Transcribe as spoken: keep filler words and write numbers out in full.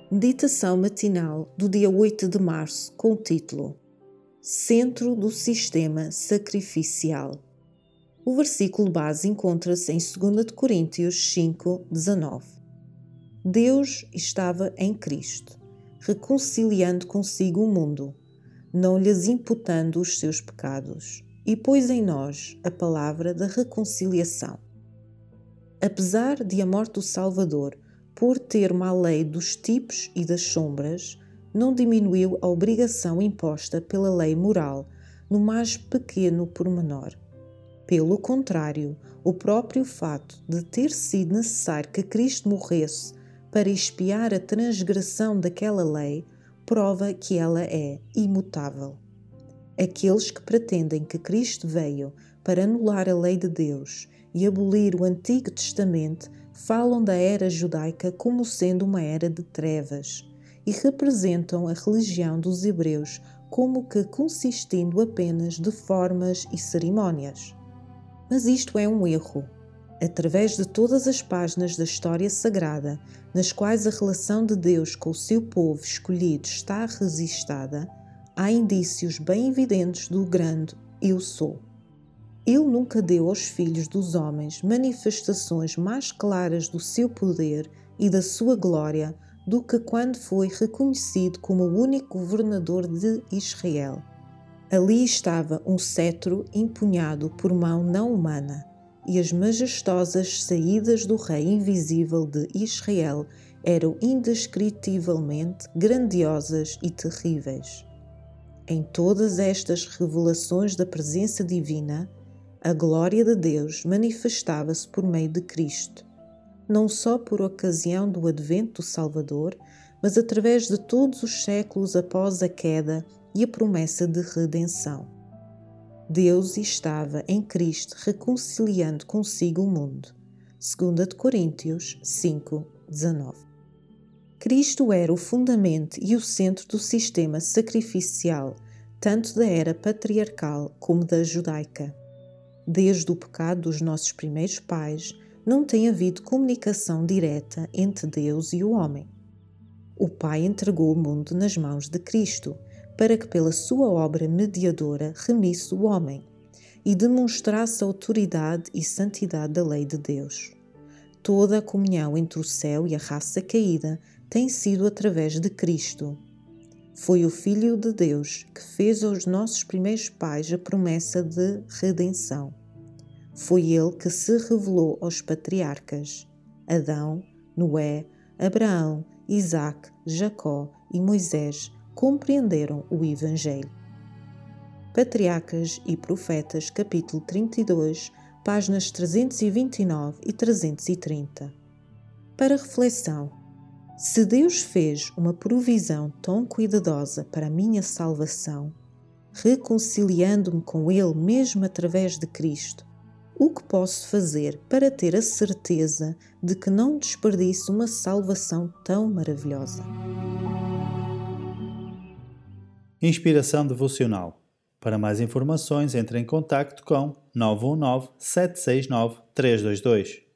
Meditação matinal do dia oito de março com o título Centro do Sistema Sacrificial. O versículo base encontra-se em dois Coríntios cinco, dezanove. Deus estava em Cristo, reconciliando consigo o mundo, não lhes imputando os seus pecados, e pôs em nós a palavra da reconciliação. Apesar de a morte do Salvador por termo à lei dos tipos e das sombras, não diminuiu a obrigação imposta pela lei moral no mais pequeno pormenor. Pelo contrário, o próprio fato de ter sido necessário que Cristo morresse para expiar a transgressão daquela lei prova que ela é imutável. Aqueles que pretendem que Cristo veio para anular a lei de Deus e abolir o Antigo Testamento falam da era judaica como sendo uma era de trevas e representam a religião dos hebreus como que consistindo apenas de formas e cerimónias. Mas isto é um erro. Através de todas as páginas da história sagrada, nas quais a relação de Deus com o seu povo escolhido está registada, há indícios bem evidentes do grande Eu Sou. Ele nunca deu aos filhos dos homens manifestações mais claras do seu poder e da sua glória do que quando foi reconhecido como o único governador de Israel. Ali estava um cetro empunhado por mão não humana, e as majestosas saídas do Rei invisível de Israel eram indescritivelmente grandiosas e terríveis. Em todas estas revelações da presença divina, a glória de Deus manifestava-se por meio de Cristo, não só por ocasião do advento do Salvador, mas através de todos os séculos após a queda e a promessa de redenção. Deus estava em Cristo reconciliando consigo o mundo. dois Coríntios cinco, dezanove. Cristo era o fundamento e o centro do sistema sacrificial, tanto da era patriarcal como da judaica. Desde o pecado dos nossos primeiros pais, não tem havido comunicação direta entre Deus e o homem. O Pai entregou o mundo nas mãos de Cristo, para que pela sua obra mediadora remisse o homem e demonstrasse a autoridade e santidade da lei de Deus. Toda a comunhão entre o céu e a raça caída tem sido através de Cristo. Foi o Filho de Deus que fez aos nossos primeiros pais a promessa de redenção. Foi ele que se revelou aos patriarcas. Adão, Noé, Abraão, Isaque, Jacó e Moisés compreenderam o Evangelho. Patriarcas e Profetas, capítulo trinta e dois, páginas trezentos e vinte e nove e trezentos e trinta. Para reflexão, se Deus fez uma provisão tão cuidadosa para a minha salvação, reconciliando-me com Ele mesmo através de Cristo, o que posso fazer para ter a certeza de que não desperdiço uma salvação tão maravilhosa? Inspiração devocional. Para mais informações, entre em contacto com nove um nove, sete seis nove, três dois dois.